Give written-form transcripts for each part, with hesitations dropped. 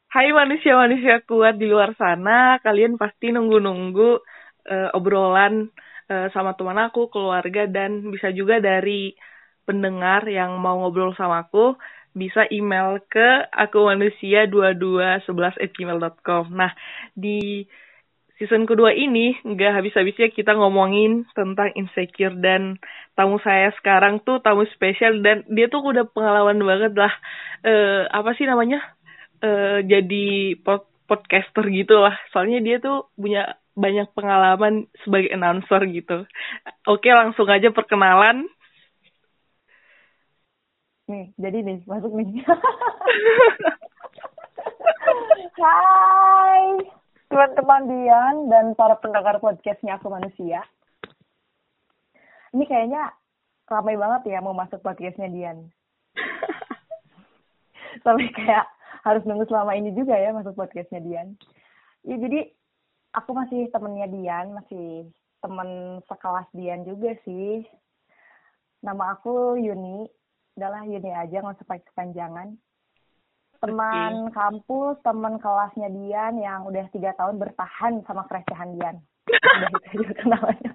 Hai manusia-manusia kuat di luar sana, kalian pasti nunggu-nunggu obrolan sama teman aku, keluarga, dan bisa juga dari pendengar yang mau ngobrol sama aku, bisa email ke akumanusia2211@gmail.com. Nah, di season kedua ini nggak habis-habisnya kita ngomongin tentang insecure, dan tamu saya sekarang tuh tamu spesial dan dia tuh udah pengalaman banget lah. Apa sih namanya? Jadi podcaster gitu lah. Soalnya dia tuh punya banyak pengalaman sebagai announcer gitu. Oke, langsung aja perkenalan. Nih, jadi nih, masuk nih. Hai, teman-teman Dian dan para pendengar podcastnya Aku Manusia. Ini kayaknya ramai banget ya mau masuk podcastnya Dian. Tapi kayak harus nunggu selama ini juga ya masuk podcastnya Dian. Ya jadi aku masih temennya Dian, masih temen sekelas Dian juga sih. Nama aku Yuni. Udahlah Yuni aja, nggak usah pakai kepanjangan. Teman kampus, teman kelasnya Dian yang udah 3 tahun bertahan sama kerecehan Dian. Udah itu aja kenalannya.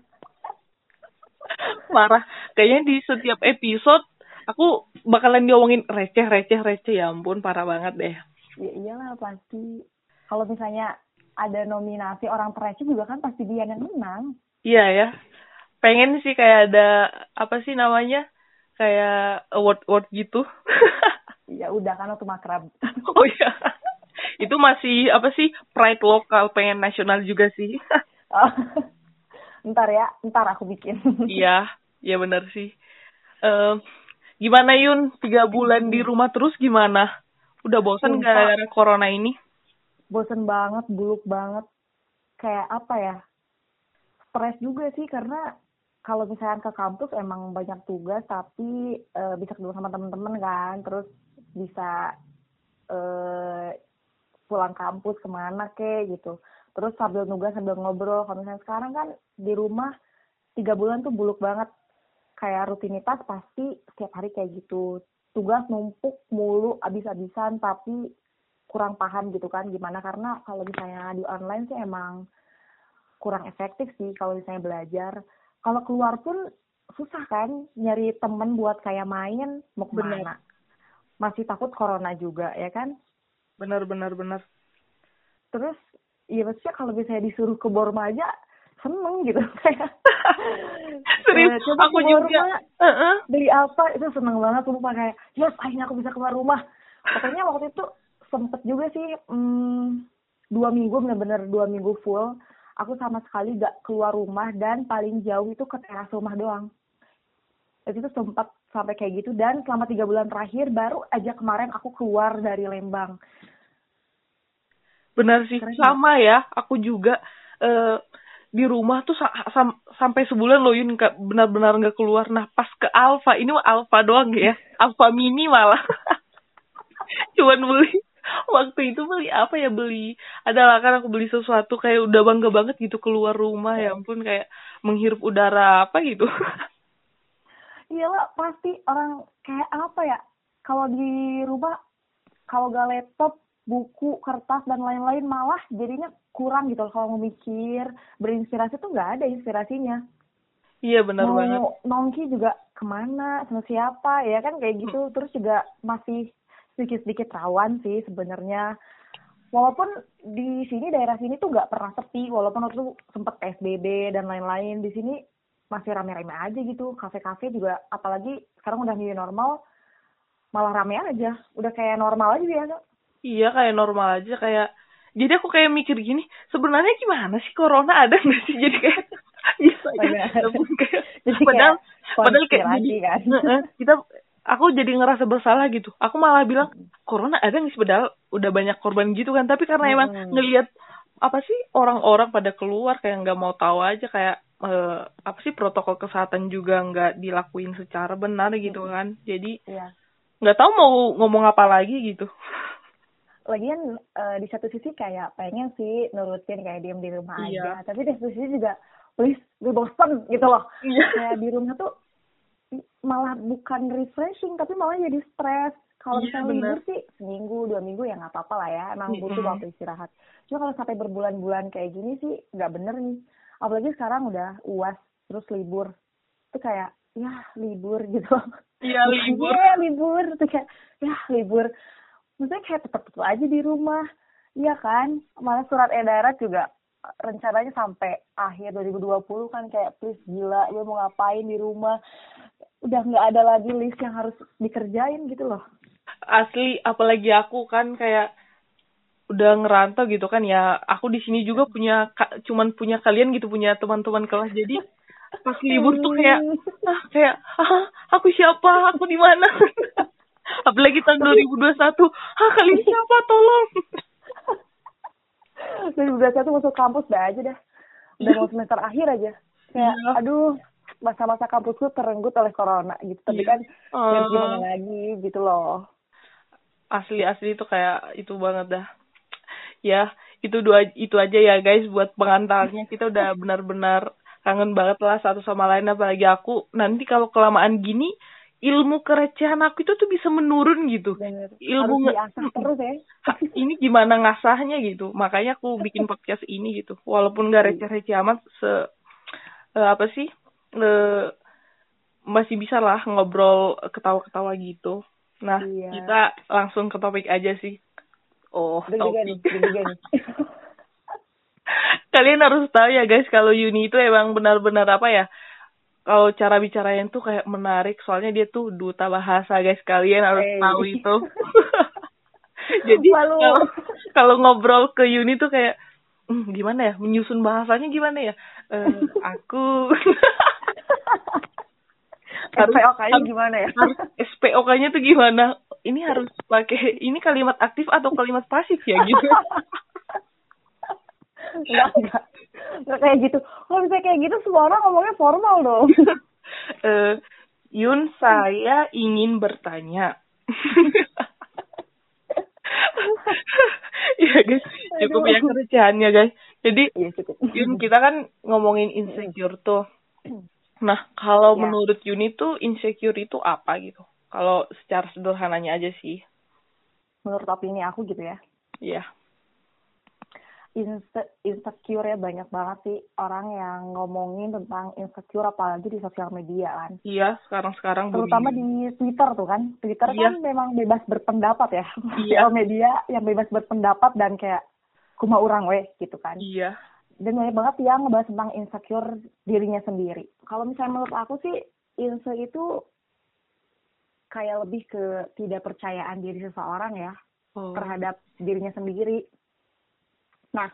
Parah. Kayaknya di setiap episode aku bakalan diomongin receh. Ya ampun, parah banget deh. Ya iyalah pasti. Kalau misalnya ada nominasi orang terreceh juga kan pasti Dian yang menang. Iya ya. Pengen sih kayak ada, apa sih namanya? Kayak award-award gitu. Ya udah kan waktu makrab. Oh iya. Itu masih apa sih? Pride lokal, pengen nasional juga sih. Oh, ntar aku bikin. Iya, iya benar sih. Eh, Gimana Yun? 3 bulan di rumah terus gimana? Udah bosan Sumpah, gara-gara corona ini? bosen banget, buluk banget. Kayak apa ya? Stres juga sih karena kalau misalnya ke kampus emang banyak tugas tapi bisa ketemu sama temen-temen kan, terus bisa eh, pulang kampus kemana kek gitu. Terus sambil nugas sambil ngobrol. Kalau misalnya sekarang kan di rumah 3 bulan tuh buluk banget. Kayak rutinitas pasti setiap hari kayak gitu. Tugas numpuk mulu abis-abisan tapi kurang paham gitu kan gimana, karena kalau misalnya di online sih emang kurang efektif sih kalau misalnya belajar. Kalau keluar pun susah kan nyari temen buat kayak main, mau kemana. Masih takut corona juga ya kan. Benar. Terus ya maksudnya kalau misalnya disuruh ke Borma aja seneng gitu kayak Serius, coba aku ke juga. Borma beli apa, itu seneng banget sumpah, kayak yes akhirnya aku bisa keluar rumah. Pokoknya waktu itu sempet juga sih 2 minggu, bener-bener 2 minggu full aku sama sekali gak keluar rumah, dan paling jauh itu ke teras rumah doang. Itu sempat sampai kayak gitu, dan selama 3 bulan terakhir baru aja kemarin aku keluar dari Lembang. Benar sih, Keren gak? sama ya. Aku juga di rumah tuh sampai sebulan loh Yun, benar-benar nggak keluar. Nah pas ke Alfa, ini mah Alfa doang ya. Alfa mini malah. Cuman beli waktu itu beli apa ya, beli adalah kan aku beli sesuatu kayak udah bangga banget gitu keluar rumah, ya ampun, kayak menghirup udara apa gitu. Iyalah pasti orang kayak apa ya, kalau di rumah kalau gak laptop, buku, kertas dan lain-lain malah jadinya kurang gitu. Kalau mau mikir, berinspirasi tuh nggak ada inspirasinya. Iya benar Mau banget. nongki juga kemana, sama siapa, ya kan kayak gitu. Terus juga masih sedikit-sedikit rawan sih sebenarnya. Walaupun di sini, daerah sini tuh nggak pernah sepi, walaupun waktu itu sempet PSBB dan lain-lain, di sini masih rame-rame aja gitu. Kafe-kafe juga, apalagi sekarang udah new normal, malah rame aja. Udah kayak normal aja biasa. Iya kayak normal aja, kayak jadi aku kayak mikir gini, sebenarnya gimana sih corona, ada nggak sih, jadi kayak bisa Benar. ya pun kayak Jadi padahal kayak padahal kayak jadi konspirasi kan. kita aku jadi ngerasa bersalah gitu. Aku malah bilang corona ada nggak sih, padahal udah banyak korban gitu kan, tapi karena emang ngelihat apa sih orang-orang pada keluar kayak nggak mau tahu aja, kayak apa sih protokol kesehatan juga nggak dilakuin secara benar gitu kan, jadi Iya. nggak tahu mau ngomong apa lagi gitu. Lagian di satu sisi kayak pengen sih nurutin kayak diem di rumah Iya. aja, tapi di satu sisi juga please gue bosen gitu loh. Iya. Kayak di rumah tuh malah bukan refreshing tapi malah jadi stres. Kalau Iya misalnya benar. libur sih seminggu 2 minggu ya nggak apa-apa lah ya, emang butuh waktu istirahat. Cuma kalau sampai berbulan-bulan kayak gini sih nggak bener nih. Apalagi sekarang udah UAS terus libur, itu kayak ya libur gitu loh. Iya Bukan libur. libur, itu kayak ya libur. Maksudnya kayak tetap aja di rumah, iya kan? Malah surat edaran juga rencananya sampai akhir 2020 kan, kayak please gila gue mau ngapain di rumah, udah nggak ada lagi list yang harus dikerjain gitu loh. Asli, apalagi aku kan kayak udah ngerantau gitu kan ya. Aku di sini juga cuman punya kalian gitu, punya teman-teman kelas. Jadi pas libur tuh aku siapa? Aku di mana? Apalagi tahun Tapi 2021. Kalian siapa? Tolong. 2021 masuk kampus dah aja dah, udah mau semester akhir aja, kayak Iya. aduh masa-masa kampusku terenggut oleh corona gitu, tapi Iya. kan ya gimana lagi gitu loh. Asli itu kayak itu banget dah. Ya, itu aja ya guys buat pengantarnya. Kita udah benar-benar kangen banget lah satu sama lain, apalagi aku nanti kalau kelamaan gini ilmu kerecehan aku itu tuh bisa menurun gitu. Bener. Ilmu Harus diasah terus ya. ini gimana ngasahnya gitu. Makanya aku bikin podcast ini gitu. Walaupun gak receh-receh amat apa sih? eh, Masih bisa lah ngobrol ketawa-ketawa gitu. Nah, Iya. kita langsung ke topik aja sih. Deg-degan Topik. nih. Kalian harus tahu ya guys, kalau Yuni itu emang benar-benar apa ya? Kalau cara bicaranya tuh kayak menarik, soalnya dia tuh duta bahasa guys. Kalian harus tahu itu. Jadi Malu. kalau ngobrol ke Yuni tuh kayak gimana ya? Menyusun bahasanya gimana ya? Aku SPOK-nya gimana ya? Harus SPOK-nya tuh gimana? Ini harus pakai ini kalimat aktif atau kalimat pasif ya gitu. Enggak kayak gitu. Kalau misalnya kayak gitu semua orang ngomongnya formal dong. Yun, saya ingin bertanya. Iya guys, cukup ya kerjaannya guys. Jadi, Iya cukup. Yun, kita kan ngomongin insecure tuh. Nah, kalau Ya. menurut Yuni tuh insecure itu apa gitu? Kalau secara sederhananya aja sih. Menurut opini aku gitu ya. Iya. Insecure ya banyak banget sih orang yang ngomongin tentang insecure apalagi di sosial media kan. Iya, sekarang Terutama di Twitter tuh kan. Twitter kan memang bebas berpendapat ya. Sosial media yang bebas berpendapat dan kayak kuma urang weh gitu kan. Iya. Dan banyak banget yang ngebahas tentang insecure dirinya sendiri. Kalau misalnya menurut aku sih insecure itu kayak lebih ke tidak percayaan diri seseorang ya terhadap dirinya sendiri. Nah,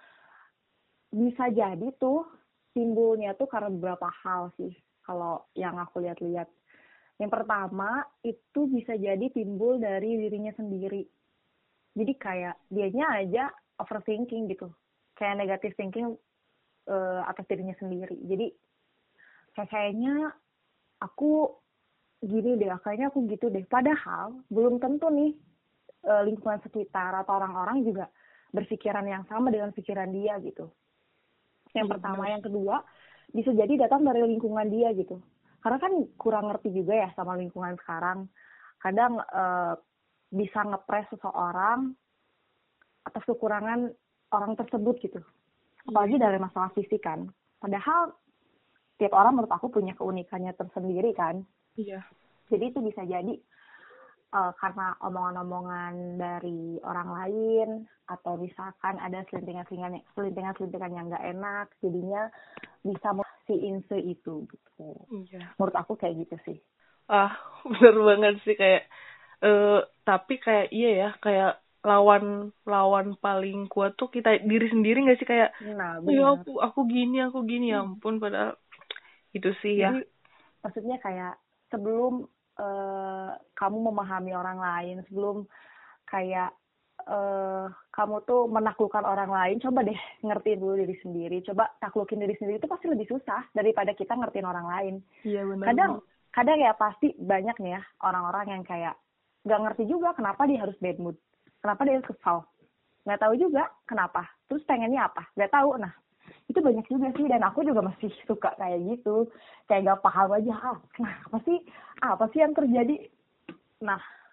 bisa jadi tuh timbulnya tuh karena beberapa hal sih kalau yang aku lihat-lihat. Yang pertama itu bisa jadi timbul dari dirinya sendiri. Jadi kayak dianya aja overthinking gitu. Kayak negative thinking atas dirinya sendiri. Jadi kayaknya aku gini deh, kayaknya aku gitu deh. Padahal belum tentu nih lingkungan sekitar atau orang-orang juga berpikiran yang sama dengan pikiran dia gitu. Yang pertama, yang kedua bisa jadi datang dari lingkungan dia gitu. Karena kan kurang ngerti juga ya sama lingkungan sekarang. Kadang bisa ngepres seseorang atas kekurangan orang tersebut gitu. Apalagi dari masalah fisik kan. Padahal tiap orang menurut aku punya keunikannya tersendiri kan. Iya. Jadi itu bisa jadi karena omongan-omongan dari orang lain atau misalkan ada selintingan yang nggak enak, jadinya bisa si inse itu gitu. Iya. Menurut aku kayak gitu sih. Bener banget sih kayak tapi kayak iya ya, kayak lawan paling kuat tuh kita diri sendiri nggak sih, kayak ya aku gini ya ampun, padahal itu sih ya. Jadi maksudnya kayak sebelum kamu memahami orang lain, sebelum kayak kamu tuh menaklukkan orang lain, coba deh ngertiin dulu diri sendiri. Coba taklukin diri sendiri itu pasti lebih susah daripada kita ngertiin orang lain. Iya benar. Kadang ya pasti banyak nih ya orang-orang yang kayak nggak ngerti juga kenapa dia harus bad mood, kenapa dia harus kesal, nggak tahu juga kenapa. Terus pengennya apa? Nggak tahu. Nah itu banyak juga sih, dan aku juga masih suka kayak gitu, kayak gak paham aja kenapa sih, apa sih yang terjadi. Nah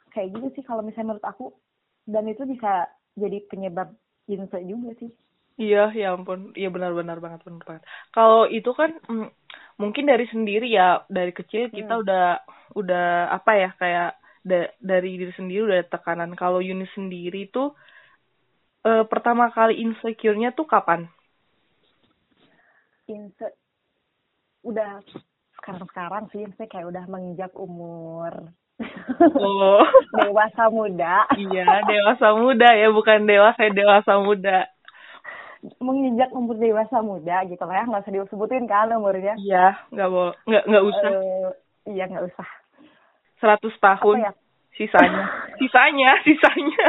Kayak gitu sih kalau misalnya menurut aku, dan itu bisa jadi penyebab insecure juga sih. Iya, ya ampun. Iya benar-benar banget, benar banget. Kalau itu kan mungkin dari sendiri ya, dari kecil kita udah apa ya, kayak dari diri sendiri udah ada tekanan. Kalau Yuni sendiri tuh pertama kali insecure-nya tuh kapan? Insecure udah sekarang sih, saya kayak udah menginjak umur Oh, dewasa muda. iya, dewasa muda ya, bukan dewasa, dewasa muda. Menginjak umur dewasa muda gitu lah ya, nggak usah disebutin kan umurnya. Iya, nggak usah. Iya nggak usah. 100 Apa tahun ya? sisanya. Sisanya.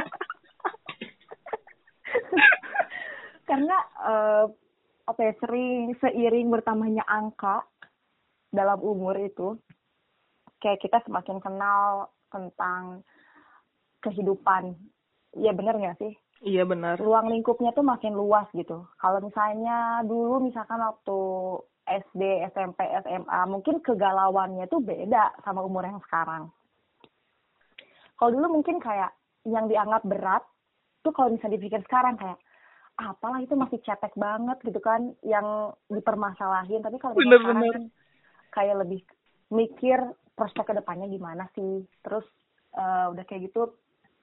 Karena apa ya, seiring bertambahnya angka dalam umur itu, kayak kita semakin kenal tentang kehidupan. Iya bener nggak sih? Iya benar. Ruang lingkupnya tuh makin luas gitu. Kalau misalnya dulu misalkan waktu SD, SMP, SMA, mungkin kegalauannya tuh beda sama umur yang sekarang. Kalau dulu mungkin kayak yang dianggap berat tuh kalau misalnya dipikir sekarang kayak apalah itu masih cetek banget gitu kan yang dipermasalahin. Tapi kalau misalnya sekarang Bener-bener. kan kayak lebih mikir prospek kedepannya gimana sih. Terus udah kayak gitu,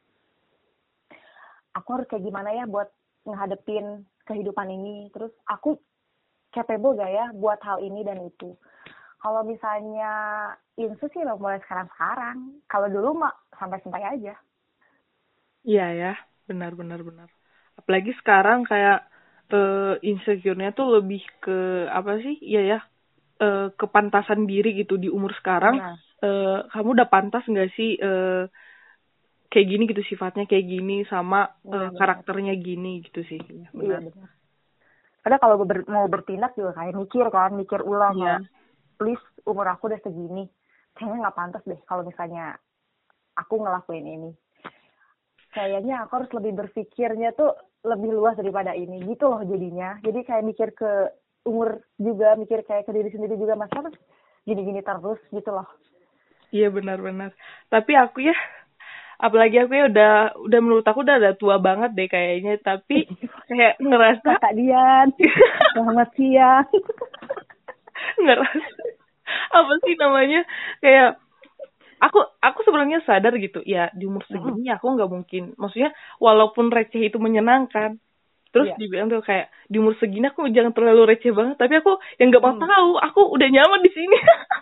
aku harus kayak gimana ya buat ngehadepin kehidupan ini. Terus aku capable gak ya buat hal ini dan itu. Kalau misalnya insecure sih mulai sekarang-sekarang. Kalau dulu mah santai-santai aja. Iya ya, benar. Apalagi sekarang kayak insecure-nya tuh lebih ke apa sih? Iya ya, kepantasan diri gitu di umur sekarang. Nah, Kamu udah pantas nggak sih kayak gini gitu, sifatnya kayak gini sama iya benar. karakternya gini gitu sih. Iya, Iya benar. benar. Kadang kalau mau bertindak juga kayak mikir ulang Iya. kayak please umur aku udah segini. Kayaknya nggak pantas deh kalau misalnya aku ngelakuin ini. Kayaknya aku harus lebih berpikirnya tuh lebih luas daripada ini gitu loh jadinya. Jadi kayak mikir ke umur juga, mikir kayak ke diri sendiri juga, masa harus gini-gini terus gitu loh. Iya benar. Tapi aku ya, apalagi aku ya udah menurut aku udah ada tua banget deh kayaknya. Tapi kayak ngerasa Kakak Dian, selamat siang. ngerasa apa sih namanya, kayak aku sebenarnya sadar gitu ya, di umur segini aku nggak mungkin, maksudnya walaupun receh itu menyenangkan, terus Iya. dibilang tuh kayak di umur segini aku jangan terlalu receh banget, tapi aku yang nggak mau tahu, aku udah nyaman di sini.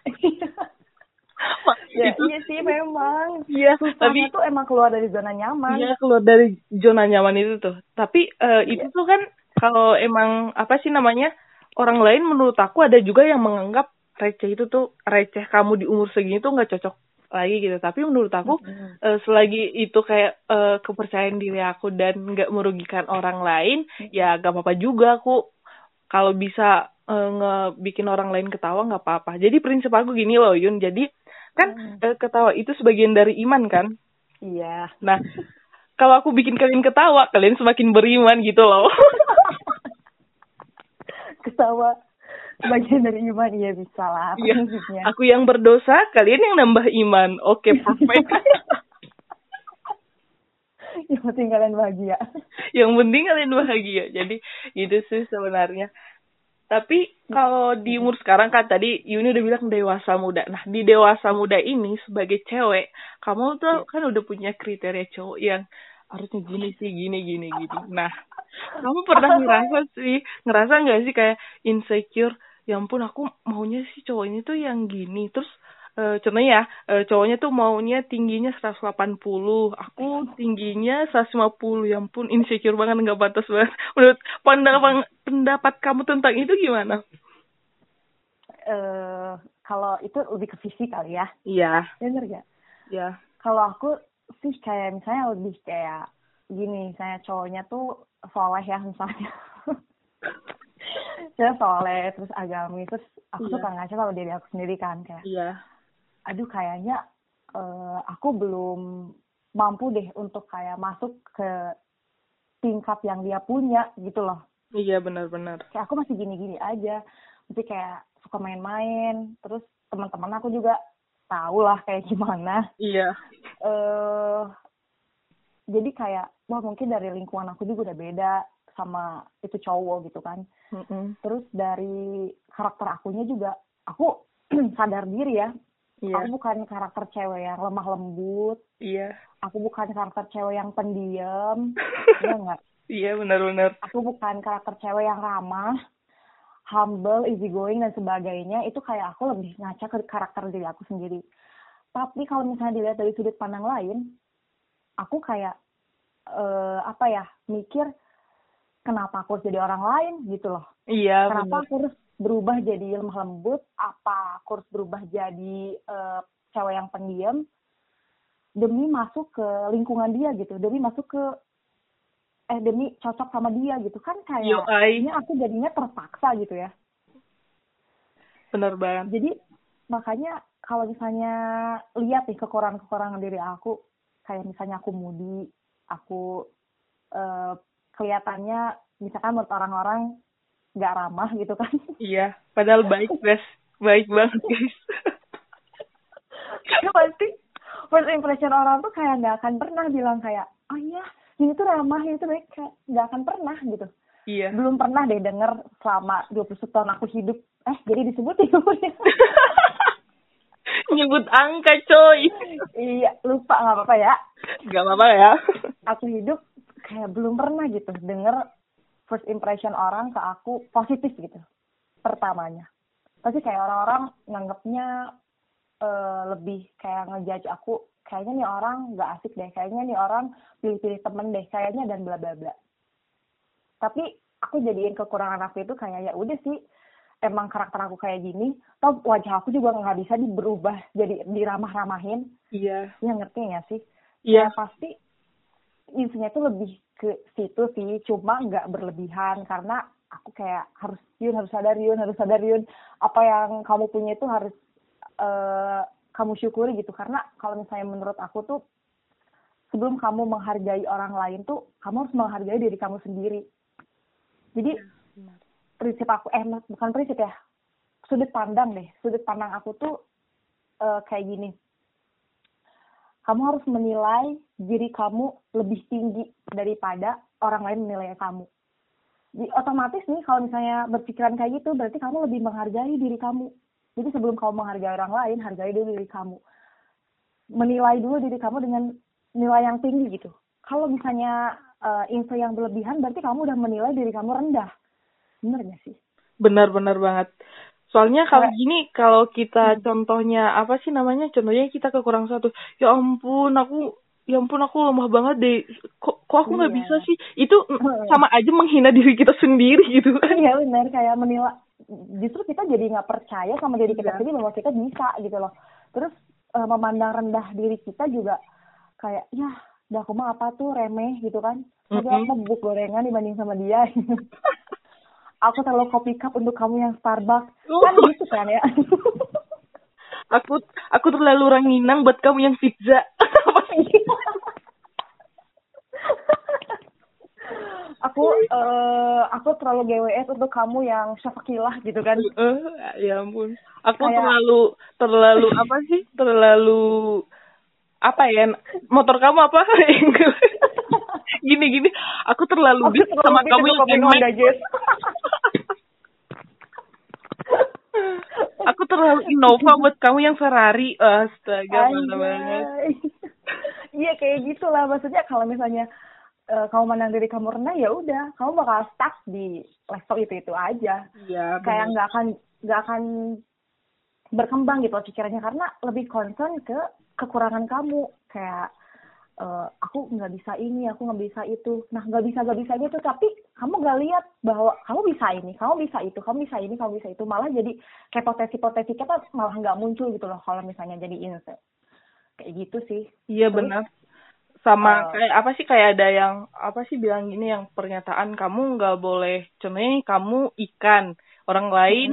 Ya Itu iya sih memang. iya, Susahnya tapi tuh emang keluar dari zona nyaman. iya keluar dari zona nyaman itu tuh. Tapi itu Iya. tuh kan kalau emang apa sih namanya, orang lain menurut aku ada juga yang menganggap receh itu tuh, receh kamu di umur segini tuh nggak cocok lagi gitu. Tapi menurut aku selagi itu kayak kepercayaan diri aku dan nggak merugikan orang lain, ya gak apa-apa juga aku kalau bisa ngebikin orang lain ketawa nggak apa-apa. Jadi prinsip aku gini loh Yun, jadi kan ketawa itu sebagian dari iman kan. Iya. Nah, kalau aku bikin kalian ketawa, kalian semakin beriman gitu loh. Ketawa bagian dari iman, iya bisa lah Iya, prinsipnya. aku yang berdosa, kalian yang nambah iman. Oke, perfect. Yang penting kalian bahagia. Yang penting kalian bahagia. Jadi gitu sih sebenarnya. Tapi kalau di umur sekarang kan tadi Yuni udah bilang dewasa muda. Nah, di dewasa muda ini sebagai cewek, kamu tuh kan udah punya kriteria cowok yang harusnya gini sih, gini. Nah, kamu pernah ngerasa nggak sih kayak insecure? Ya ampun, aku maunya sih cowok ini tuh yang gini. Terus contohnya ya, cowoknya tuh maunya tingginya 180, aku tingginya 150. Ya ampun, insecure banget, nggak batas banget. Menurut pendapat kamu tentang itu gimana? Kalau itu lebih ke fisik kali ya. Iya. Bener gak? Ya. Kalau aku sih kayak misalnya lebih kayak gini, misalnya cowoknya tuh soleh ya misalnya. Dia soleh, terus agamis, terus aku suka ngaca sama diri aku sendiri kan kayak. Iya. Aduh kayaknya aku belum mampu deh untuk kayak masuk ke tingkat yang dia punya gitu loh. Iya benar. Kayak aku masih gini-gini aja, masih kayak suka main-main, terus teman-teman aku juga tahu lah kayak gimana. Iya. eh jadi kayak wah mungkin dari lingkungan aku juga udah beda sama itu cowok gitu kan. Terus dari karakter akunya juga aku sadar diri ya. Iya. Aku bukan karakter cewek yang lemah lembut. Iya. Aku bukan karakter cewek yang pendiam. Iya nggak? Iya, benar-benar. Aku bukan karakter cewek yang ramah, humble, easygoing dan sebagainya. Itu kayak aku lebih ngaca ke karakter diri aku sendiri. Tapi kalau misalnya dilihat dari sudut pandang lain, aku kayak mikir kenapa aku harus jadi orang lain gitu loh. Iya, Kenapa benar. aku harus berubah jadi lemah lembut? Apa aku harus berubah jadi cewek yang pendiam demi masuk ke lingkungan dia gitu, demi cocok sama dia gitu kan, kayaknya aku jadinya terpaksa gitu ya. Benar banget. Jadi makanya kalau misalnya lihat nih kekurangan diri aku, kayak misalnya aku moody, aku kelihatannya misalkan menurut orang-orang nggak ramah gitu kan. Iya, padahal baik, guys. Baik banget, guys. Karena pasti first impression orang tuh kayak nggak akan pernah bilang kayak, oh iya, ini tuh ramah, ini tuh baik, kayak nggak akan pernah gitu. Iya. Belum pernah deh denger selama 21 tahun aku hidup. Jadi disebutin umurnya. Nyebut angka, coy. Iya, lupa, nggak apa-apa ya. Nggak apa-apa ya. Aku hidup kayak belum pernah gitu denger first impression orang ke aku positif gitu. Pertamanya. Pasti kayak orang-orang nganggapnya lebih kayak ngejudge aku, kayaknya nih orang nggak asik deh, kayaknya nih orang pilih-pilih temen deh, kayaknya dan bla bla bla. Tapi aku jadiin kekurangan aku itu kayak ya udah sih, emang karakter aku kayak gini, toh wajah aku juga nggak bisa berubah jadi diramah-ramahin. Iya. Ya ngerti nggak sih? Iya. Ya pasti intinya itu lebih ke situ sih, cuma nggak berlebihan karena aku kayak harus sadar Yun, apa yang kamu punya itu harus kamu syukuri gitu. Karena kalau misalnya menurut aku tuh, sebelum kamu menghargai orang lain tuh kamu harus menghargai diri kamu sendiri. Jadi prinsip aku bukan prinsip ya, sudut pandang aku tuh kayak gini. Kamu harus menilai diri kamu lebih tinggi daripada orang lain menilai kamu. Jadi otomatis nih kalau misalnya berpikiran kayak gitu, berarti kamu lebih menghargai diri kamu. Jadi sebelum kamu menghargai orang lain, hargai dulu diri kamu. Menilai dulu diri kamu dengan nilai yang tinggi gitu. Kalau misalnya info yang berlebihan, berarti kamu udah menilai diri kamu rendah. Bener gak sih? Benar-benar banget. Soalnya kalau gini, kalau kita contohnya contohnya kita kekurangan satu, ya ampun aku lemah banget deh, kok aku nggak bisa sih, itu sama aja menghina diri kita sendiri gitu kan. Iya benar, kayak menilai, justru kita jadi nggak percaya sama diri kita sendiri bahwa kita bisa gitu loh. Terus memandang rendah diri kita juga kayak, ya udah aku mah apa tuh, remeh gitu kan, tapi aku mau bubuk gorengan dibanding sama dia. Aku terlalu kopi cup untuk kamu yang Starbucks. Kan gitu kan ya. Aku terlalu ranginang buat kamu yang pizza. Aku terlalu GWS untuk kamu yang syafakilah gitu kan. Ya ampun. Aku kayak terlalu apa sih? Terlalu apa ya? Motor kamu apa? Gini. Aku terlalu deep sama kamu yang NMAX. Aku terlalu Innova buat kamu yang Ferrari. Astaga, mana banget. Iya kayak gitulah, maksudnya kalau misalnya kamu mandang diri kamu rendah, ya udah kamu bakal stuck di level itu aja. Iya, kayak nggak akan berkembang gitu pikirannya, karena lebih concern ke kekurangan kamu. Kayak aku nggak bisa ini, aku nggak bisa itu. Nah nggak bisa gitu, tapi kamu nggak lihat bahwa kamu bisa ini, kamu bisa itu, kamu bisa ini, kamu bisa itu. Malah jadi kayak potensi kita malah nggak muncul gitu loh kalau misalnya jadi insecure. Kayak gitu sih. Iya benar. Sama kayak ada yang bilang gini, yang pernyataan kamu nggak boleh, contohnya kamu ikan, orang lain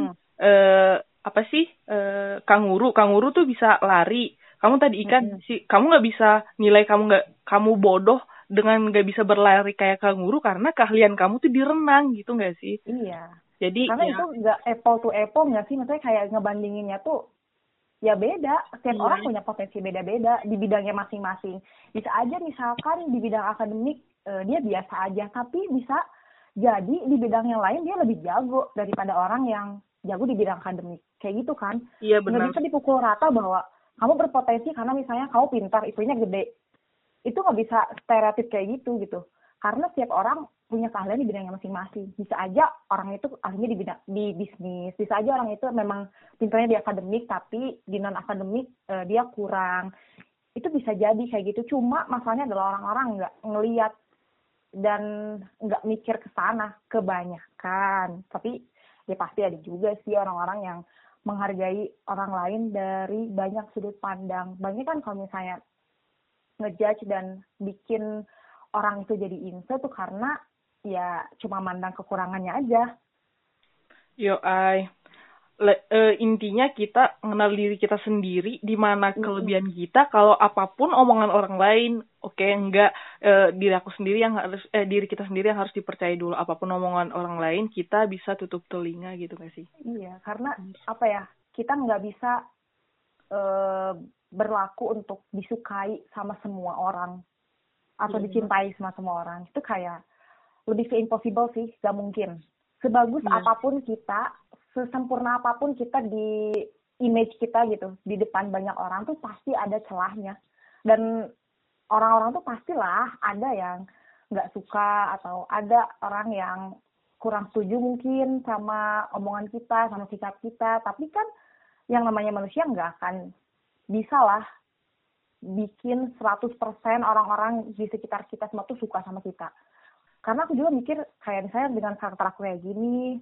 kanguru tuh bisa lari, kamu tadi ikan sih, kamu nggak bisa nilai kamu bodoh dengan nggak bisa berlari kayak kanguru karena keahlian kamu tuh di renang gitu nggak sih? Iya. Jadi karena itu nggak apple to apple nggak sih, maksudnya kayak ngebandinginnya tuh ya beda. Setiap Iya. orang punya potensi beda-beda di bidangnya masing-masing. Bisa aja misalkan di bidang akademik dia biasa aja, tapi bisa jadi di bidang yang lain dia lebih jago daripada orang yang jago di bidang akademik. Kayak gitu kan. Iya Nggak benar. bisa dipukul rata bahwa kamu berpotensi karena misalnya kamu pintar, IQ-nya gede. Itu nggak bisa stereotip kayak gitu. Karena setiap orang punya keahlian di bidangnya masing-masing. Bisa aja orang itu ahlinya di bidang di bisnis, bisa aja orang itu memang pintarnya di akademik tapi di non akademik dia kurang. Itu bisa jadi kayak gitu. Cuma masalahnya adalah orang-orang nggak ngelihat dan nggak mikir ke sana kebanyakan. Tapi ya pasti ada juga sih orang-orang yang menghargai orang lain dari banyak sudut pandang. Banyak kan kalau misalnya ngejudge dan bikin orang itu jadi insecure tuh karena ya cuma mandang kekurangannya aja. Yo, intinya kita mengenal diri kita sendiri, di mana kelebihan kita. Kalau apapun omongan orang lain, oke, enggak, diri kita sendiri yang harus dipercaya dulu. Apapun omongan orang lain, kita bisa tutup telinga gitu nggak sih? Iya, karena apa ya, kita nggak bisa berlaku untuk disukai sama semua orang atau dicintai sama semua orang. Itu kayak lebih ke impossible sih, gak mungkin. Sebagus apapun kita, sesempurna apapun kita di image kita gitu, di depan banyak orang tuh pasti ada celahnya. Dan orang-orang tuh pastilah ada yang gak suka atau ada orang yang kurang setuju mungkin sama omongan kita, sama sikap kita. Tapi kan yang namanya manusia gak akan bisa lah bikin 100% orang-orang di sekitar kita semua tuh suka sama kita. Karena aku juga mikir, kayak misalnya dengan karakter aku kayak gini,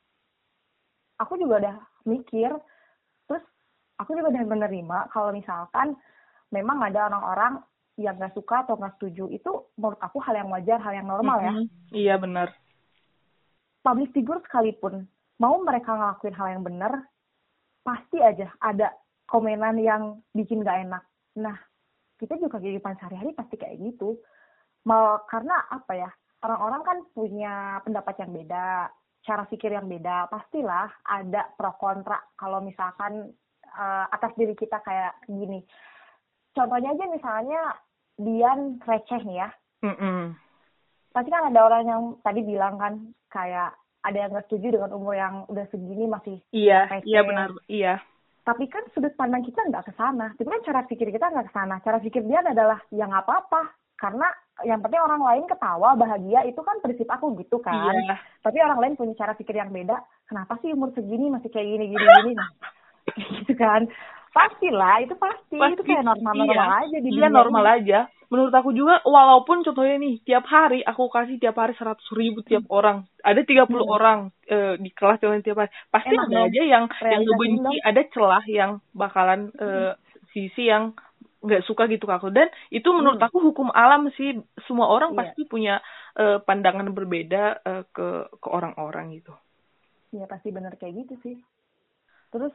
aku juga udah mikir, terus aku juga udah menerima kalau misalkan memang ada orang-orang yang gak suka atau gak setuju, itu menurut aku hal yang wajar, hal yang normal ya. Iya benar. Public figure sekalipun, mau mereka ngelakuin hal yang benar, pasti aja ada komenan yang bikin gak enak. Nah, kita juga kehidupan sehari-hari pasti kayak gitu. Karena apa ya, orang-orang kan punya pendapat yang beda, cara pikir yang beda, pastilah ada pro kontra kalau misalkan atas diri kita kayak gini. Contohnya aja misalnya Dian receh nih ya. Pasti kan ada orang yang tadi bilang kan kayak ada yang nggak setuju dengan umur yang udah segini masih receh. Iya benar, iya. Tapi kan sudut pandang kita nggak ke sana. Tapi kan cara pikir kita nggak ke sana. Cara pikir dia adalah ya nggak apa-apa. Karena yang penting orang lain ketawa, bahagia, itu kan prinsip aku gitu kan. Iya. Tapi orang lain punya cara pikir yang beda. Kenapa sih umur segini masih kayak gini? Nah, gitu kan. Pastilah, itu pasti. Itu kayak normal-normal aja di dunia. Iya, normal aja. Menurut aku juga, walaupun contohnya nih, tiap hari 100.000 tiap orang. Ada 30 orang di kelas tiap hari. Pasti ada aja yang ngebenci, ada celah yang bakalan sisi yang nggak suka gitu ke aku. Dan itu menurut aku hukum alam sih. Semua orang pasti punya pandangan berbeda ke orang-orang gitu. Iya, pasti benar kayak gitu sih. Terus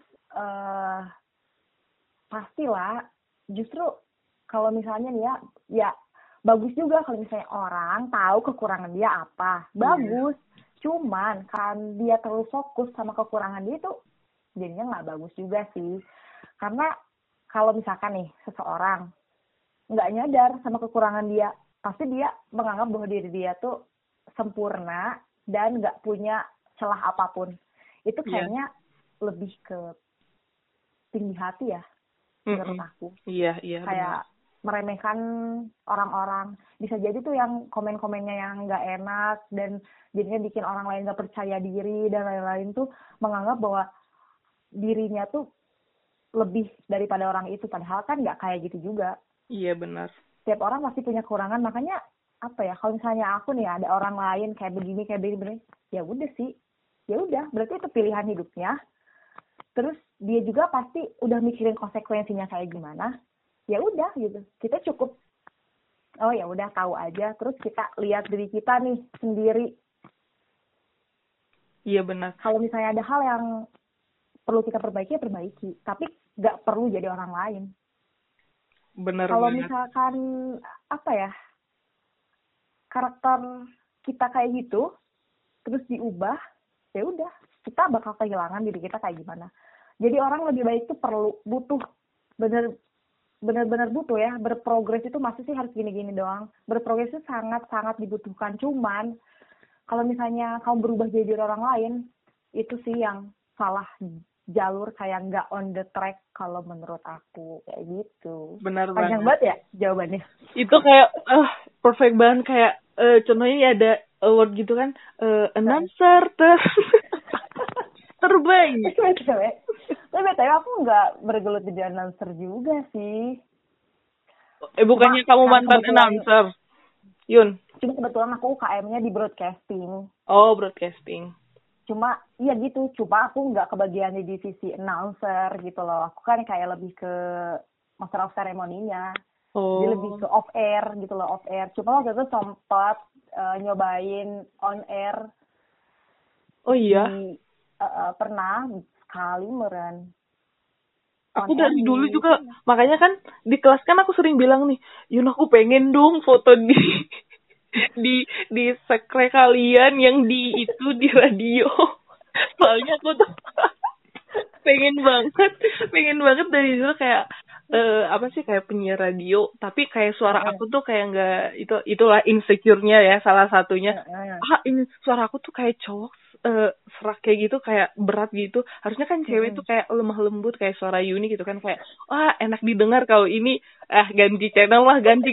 pastilah, justru kalau misalnya nih ya bagus juga kalau misalnya orang tahu kekurangan dia apa. Bagus. Cuman kan dia terlalu fokus sama kekurangan dia itu jadinya nggak bagus juga sih. Karena kalau misalkan nih seseorang nggak nyadar sama kekurangan dia, pasti dia menganggap bahwa diri dia tuh sempurna dan nggak punya celah apapun. Itu kayaknya lebih ke tinggi hati ya, menurut aku. Iya. Kayak meremehkan orang-orang. Bisa jadi tuh yang komen-komennya yang nggak enak dan jadinya bikin orang lain nggak percaya diri dan lain-lain tuh menganggap bahwa dirinya tuh lebih daripada orang itu. Padahal kan nggak kayak gitu juga. Iya benar. Setiap orang pasti punya kekurangan. Makanya apa ya? Kalau misalnya aku nih ada orang lain kayak begini, ya udah sih. Ya udah, berarti itu pilihan hidupnya. Terus dia juga pasti udah mikirin konsekuensinya kayak gimana. Ya udah gitu, kita cukup ya udah tahu aja, terus kita lihat diri kita nih sendiri. Iya benar. Kalau misalnya ada hal yang perlu kita perbaiki, tapi nggak perlu jadi orang lain. Benar. Kalau misalkan apa ya, karakter kita kayak gitu terus diubah, ya udah kita bakal kehilangan diri kita kayak gimana. Jadi orang lebih baik tuh butuh bener-bener butuh ya, berprogres itu masih sih harus gini-gini doang. Berprogres itu sangat-sangat dibutuhkan. Cuman kalau misalnya kamu berubah jadi orang lain, itu sih yang salah jalur, kayak nggak on the track kalau menurut aku, kayak gitu. Benar Panjang banget. banget ya jawabannya. Itu kayak perfect banget, kayak contohnya ada award gitu kan, announcer terbaik. Tapi BTW aku nggak bergelut jadi announcer juga sih. Bukannya Cuma kamu karena mantan announcer, Yun? Cuma kebetulan aku UKM-nya di broadcasting. Oh, broadcasting. Cuma iya gitu, cuma aku nggak kebagian di divisi announcer gitu loh. Aku kan kayak lebih ke master of ceremony-nya. Jadi lebih ke off air gitu loh, off air. Cuma waktu itu sempat nyobain on air. Oh iya? Pernah sekali meren. Aku dari dulu juga, makanya kan di kelas kan aku sering bilang nih, Yun aku pengen dong foto di sekre kalian yang di radio. Soalnya aku tuh pengen banget dari dulu kayak apa sih, kayak penyiar radio, tapi kayak suara aku tuh kayak nggak, itulah insecure-nya ya salah satunya. Ini suara aku tuh kayak cowok, serak kayak gitu, kayak berat gitu. Harusnya kan cewek tuh kayak lemah lembut kayak suara Yuni gitu kan, kayak enak didengar. Kalau ini ganti channel lah, ganti.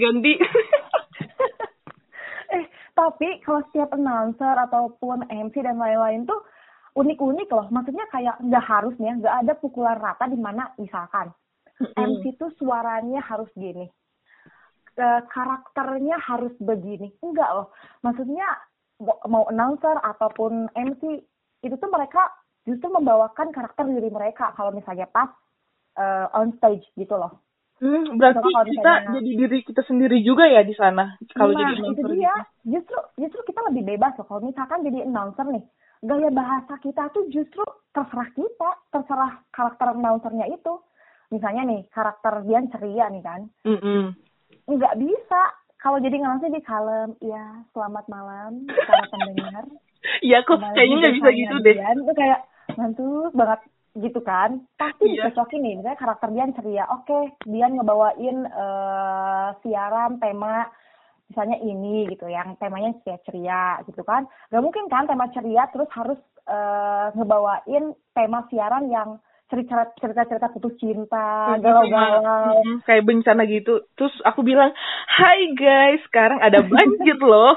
Tapi kalau setiap announcer ataupun MC dan lain-lain tuh unik-unik loh. Maksudnya kayak nggak harus nih, nggak ada pukulan rata di mana misalkan MC tuh suaranya harus gini, karakternya harus begini. Enggak loh. Maksudnya mau announcer ataupun MC itu tuh mereka justru membawakan karakter diri mereka kalau misalnya pas on stage gitu loh. Berarti kita jadi diri kita sendiri juga ya di sana kalau jadi announcer. Itu dia. Justru kita lebih bebas loh. Kalau misalkan jadi announcer nih, gaya bahasa kita tuh justru terserah kita, terserah karakter announcernya itu. Misalnya nih, karakter Dian ceria nih kan. Nggak bisa. Kalau jadi announcer di kalem, ya selamat malam para pendengar. Iya kok kayaknya nggak bisa gitu deh. Dian tuh kayak ngantuk banget gitu kan. Pasti dicocokin nih, misalnya karakter Dian ceria. Oke, Dian ngebawain siaran tema misalnya ini gitu, yang temanya ceria gitu kan. Gak mungkin kan tema ceria terus harus ngebawain tema siaran yang cerita-cerita putus cinta, galau-galau, kayak bencana gitu. Terus aku bilang, "Hai guys, sekarang ada banjir loh."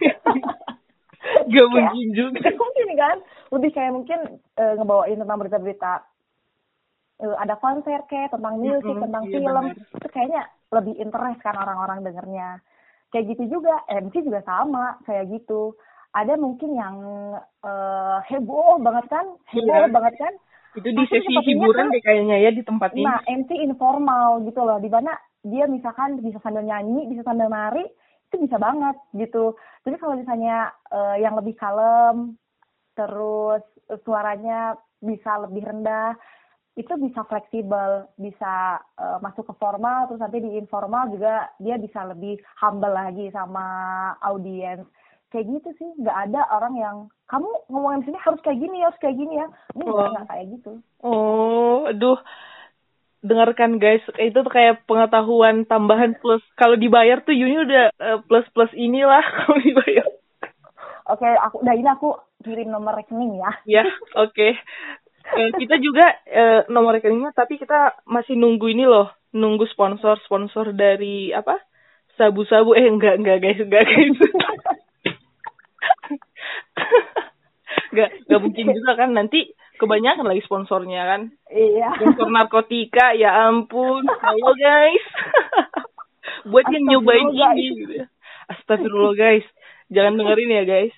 Gak mungkin juga. Gak mungkin kan? Lebih kayak mungkin ngebawain tentang berita-berita, ada konser kayak tentang musik, tentang film. Bener. Itu kayaknya lebih interest kan orang-orang dengernya. Kayak gitu juga, MC juga sama kayak gitu. Ada mungkin yang heboh banget kan, banget kan. Itu di sesi hiburan deh kayaknya ya di tempat ini. Nah, MC informal gitu loh, di mana dia misalkan bisa sambil nyanyi, bisa sambil nari, itu bisa banget gitu. Jadi kalau misalnya yang lebih kalem, terus suaranya bisa lebih rendah, itu bisa fleksibel, bisa masuk ke formal, terus nanti di informal juga dia bisa lebih humble lagi sama audiens. Kayak gitu sih, nggak ada orang yang kamu ngomongin sini harus kayak gini ya. Ini nggak kayak gitu. Aduh, dengarkan guys, itu tuh kayak pengetahuan tambahan plus. Kalau dibayar tuh Yuni udah plus inilah kalau dibayar. Oke, aku kirim nomor rekening ya. Ya, oke. Kita juga nomor rekeningnya, tapi kita masih nunggu ini loh, nunggu sponsor dari apa? Sabu-sabu. Enggak guys. Gak mungkin juga kan, nanti kebanyakan lagi sponsornya kan. Iya. Sponsor narkotika, ya ampun. Halo guys. Buat yang nyobain ini gitu ya. Astagfirullah guys. Jangan dengerin ya guys.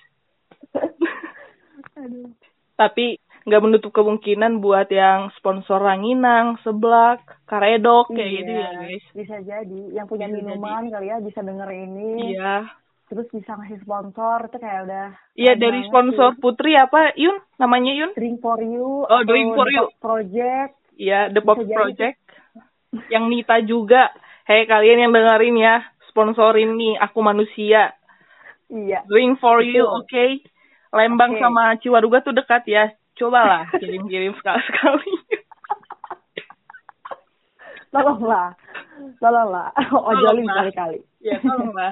Aduh. Tapi nggak menutup kemungkinan buat yang sponsor Ranginang, Seblak, Karedok kayak gitu ya guys. Bisa jadi. Yang punya minuman kali ya bisa denger ini. Iya. Terus bisa ngasih sponsor, itu kayak udah. Iya, dari sponsor sih. Putri apa Yun? Namanya Yun? Drink for You. Oh, Drink for You. Project. Iya, The Pop Project. Yang Nita juga. Hei kalian yang dengerin ya, sponsorin nih Aku Manusia. Iya. Drink for You, oke? Lembang sama Ciwaruga tuh dekat ya. Cobalah kirim-kirim sekali-sekali. Tolonglah. Ojolin kali-kali. Ya, tolonglah.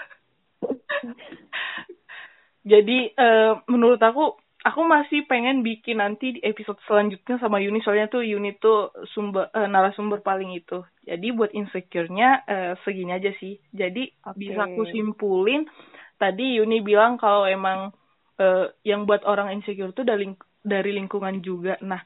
Jadi menurut aku masih pengen bikin nanti di episode selanjutnya sama Yuni, soalnya tuh Yuni tuh narasumber paling itu. Jadi buat insecure-nya segini aja sih. Jadi bisa aku simpulin tadi Yuni bilang kalau emang yang buat orang insecure tuh dari lingkungan juga. Nah,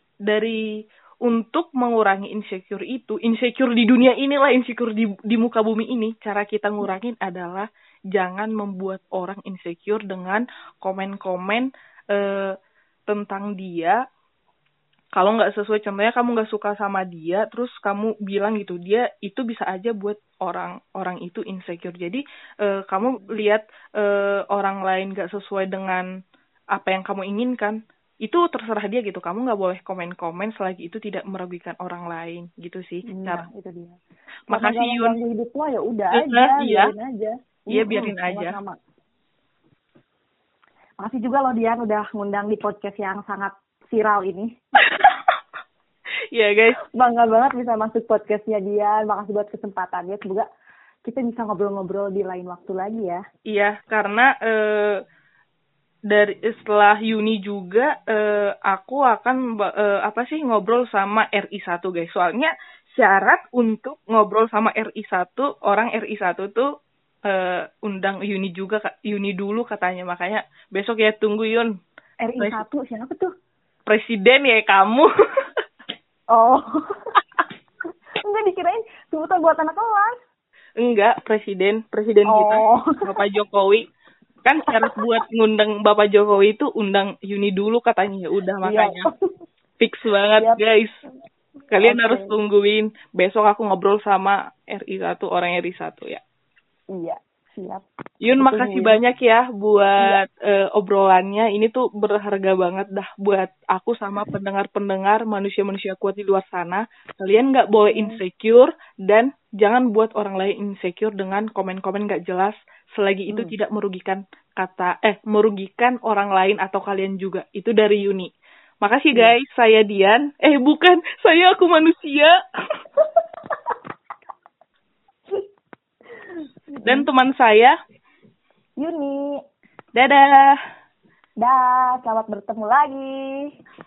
untuk mengurangi insecure di dunia inilah, insecure di muka bumi ini, cara kita ngurangin adalah jangan membuat orang insecure dengan komen-komen tentang dia. Kalau nggak sesuai, contohnya kamu nggak suka sama dia, terus kamu bilang gitu, dia itu bisa aja buat orang itu insecure. Jadi kamu lihat orang lain nggak sesuai dengan apa yang kamu inginkan, itu terserah dia gitu. Kamu nggak boleh komen-komen selagi itu tidak merugikan orang lain, gitu sih. Nah, itu dia. Makasih Yun. Kalau hidup lo ya udah aja, biarin aja. Iya, biarin aja. Sama-sama. Makasih juga loh Dian udah ngundang di podcast yang sangat viral ini. Iya guys. Bangga banget bisa masuk podcastnya Dian. Makasih buat kesempatannya. Semoga kita bisa ngobrol-ngobrol di lain waktu lagi ya. Iya, karena setelah Yuni juga aku akan ngobrol sama RI1 guys. Soalnya syarat untuk ngobrol sama RI1, orang RI1 tuh undang Yuni juga, Yuni dulu katanya. Makanya besok ya tunggu Yun. RI1 siapa tuh? Presiden ya kamu. Oh. Enggak, dikirain sebutan buat anak kelas. Enggak, presiden kita, Bapak Jokowi. Kan syarat buat ngundang Bapak Jokowi itu undang Yuni dulu katanya. Ya udah, makanya fix banget guys. Kalian harus tungguin. Besok aku ngobrol sama RI1, orang RI1 ya. Iya, siap. Yun, makasih banyak ya buat obrolannya. Ini tuh berharga banget dah buat aku sama pendengar-pendengar manusia-manusia kuat di luar sana. Kalian nggak boleh insecure dan jangan buat orang lain insecure dengan komen-komen nggak jelas selagi itu tidak merugikan merugikan orang lain atau kalian juga. Itu dari Yuni. Makasih guys, saya Dian. Bukan, aku manusia. Dan teman saya Yuni. Dadah. Dah, selamat bertemu lagi.